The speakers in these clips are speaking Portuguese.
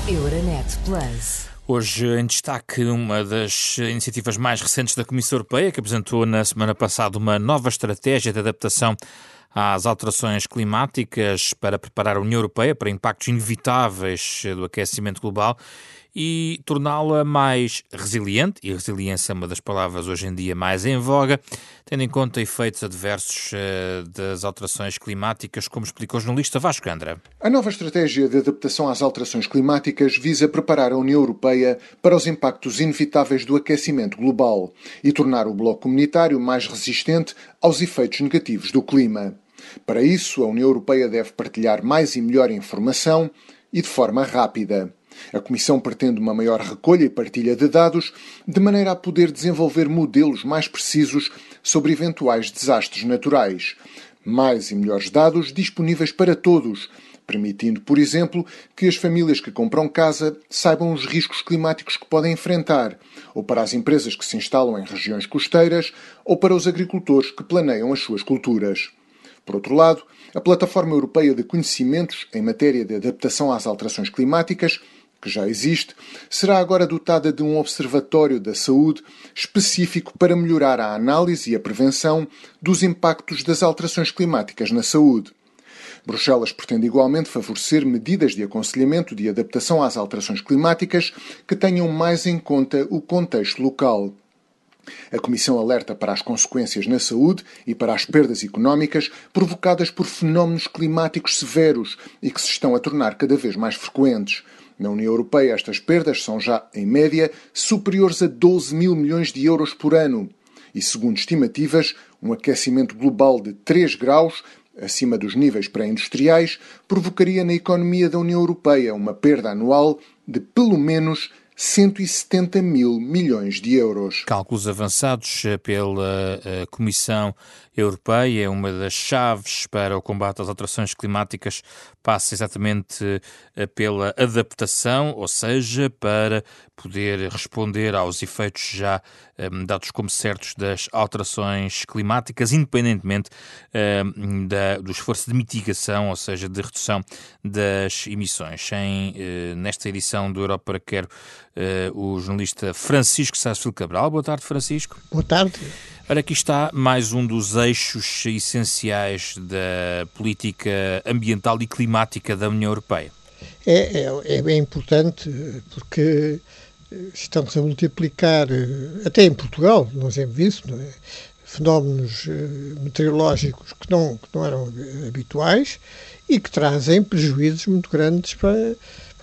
Euronet Plus. Hoje em destaque uma das iniciativas mais recentes da Comissão Europeia, que apresentou na semana passada uma nova estratégia de adaptação às alterações climáticas para preparar a União Europeia para impactos inevitáveis do aquecimento global e torná-la mais resiliente, e resiliência é uma das palavras hoje em dia mais em voga, tendo em conta efeitos adversos das alterações climáticas, como explicou o jornalista Vasco Andra. A nova estratégia de adaptação às alterações climáticas visa preparar a União Europeia para os impactos inevitáveis do aquecimento global e tornar o bloco comunitário mais resistente aos efeitos negativos do clima. Para isso, a União Europeia deve partilhar mais e melhor informação e de forma rápida. A Comissão pretende uma maior recolha e partilha de dados, de maneira a poder desenvolver modelos mais precisos sobre eventuais desastres naturais. Mais e melhores dados disponíveis para todos, permitindo, por exemplo, que as famílias que compram casa saibam os riscos climáticos que podem enfrentar, ou para as empresas que se instalam em regiões costeiras, ou para os agricultores que planeiam as suas culturas. Por outro lado, a Plataforma Europeia de Conhecimentos em matéria de adaptação às alterações climáticas, que já existe, será agora dotada de um observatório da saúde específico para melhorar a análise e a prevenção dos impactos das alterações climáticas na saúde. Bruxelas pretende igualmente favorecer medidas de aconselhamento de adaptação às alterações climáticas que tenham mais em conta o contexto local. A Comissão alerta para as consequências na saúde e para as perdas económicas provocadas por fenómenos climáticos severos e que se estão a tornar cada vez mais frequentes. Na União Europeia, estas perdas são já, em média, superiores a 12 mil milhões de euros por ano. E, segundo estimativas, um aquecimento global de 3 graus, acima dos níveis pré-industriais, provocaria na economia da União Europeia uma perda anual de, pelo menos, 170 mil milhões de euros. Cálculos avançados pela Comissão Europeia, uma das chaves para o combate às alterações climáticas passa exatamente pela adaptação, ou seja, para poder responder aos efeitos já dados como certos das alterações climáticas, independentemente do esforço de mitigação, ou seja, de redução das emissões. Nesta edição do Europa Quero, o jornalista Francisco Sá-Fil Cabral. Boa tarde, Francisco. Boa tarde. Ora, aqui está mais um dos eixos essenciais da política ambiental e climática da União Europeia. É bem importante porque estão-se a multiplicar, até em Portugal, nós vemos isso, não é? Fenómenos meteorológicos que não eram habituais e que trazem prejuízos muito grandes para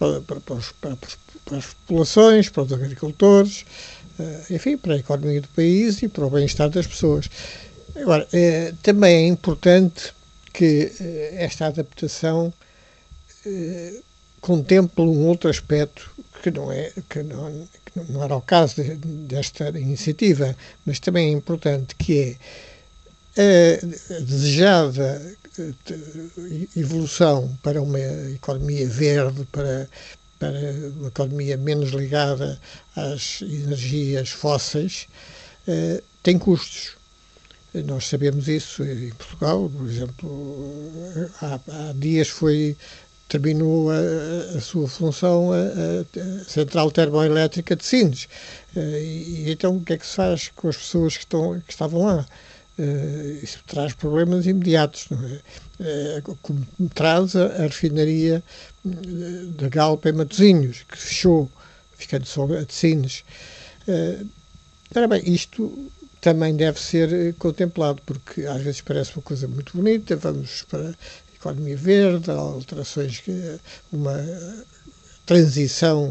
as populações, para os agricultores, enfim, para a economia do país e para o bem-estar das pessoas. Agora, também é importante que esta adaptação contemple um outro aspecto que não era o caso desta iniciativa, mas também é importante, que é a desejada evolução para uma economia verde, para uma economia menos ligada às energias fósseis, tem custos. Nós sabemos isso em Portugal, por exemplo, há dias terminou a sua função a central termoelétrica de Sines. E então o que é que se faz com as pessoas que estavam lá? Isso traz problemas imediatos, não é? Como traz a refinaria da Galp em Matosinhos, que fechou, ficando só a de Sines. Ora bem, isto também deve ser contemplado, porque às vezes parece uma coisa muito bonita, vamos para a economia verde, alterações, uma transição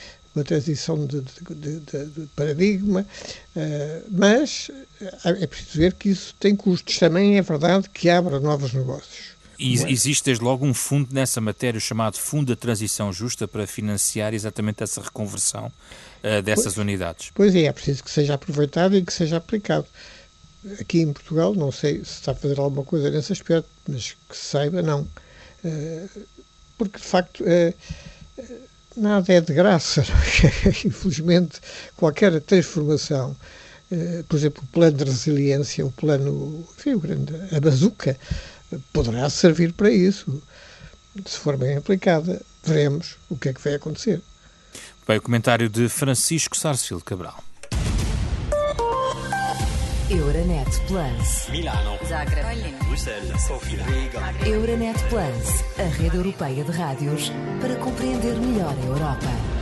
de paradigma, mas é preciso ver que isso tem custos. Também é verdade que abre novos negócios. Existe desde logo um fundo nessa matéria, chamado Fundo da Transição Justa, para financiar exatamente essa reconversão dessas unidades. Pois é preciso que seja aproveitado e que seja aplicado. Aqui em Portugal, não sei se está a fazer alguma coisa nesse aspecto, mas que se saiba, não. Porque, de facto, nada é de graça. Infelizmente, qualquer transformação, por exemplo, o plano de resiliência, a bazuca, poderá servir para isso. se for bem aplicada, veremos o que é que vai acontecer. Bem, o comentário de Francisco Sarsfield Cabral. Euronet Plus. Milano. Zagreb. Bruxelas. Sofia. Riga. Euronet Plus, a rede europeia de rádios para compreender melhor a Europa.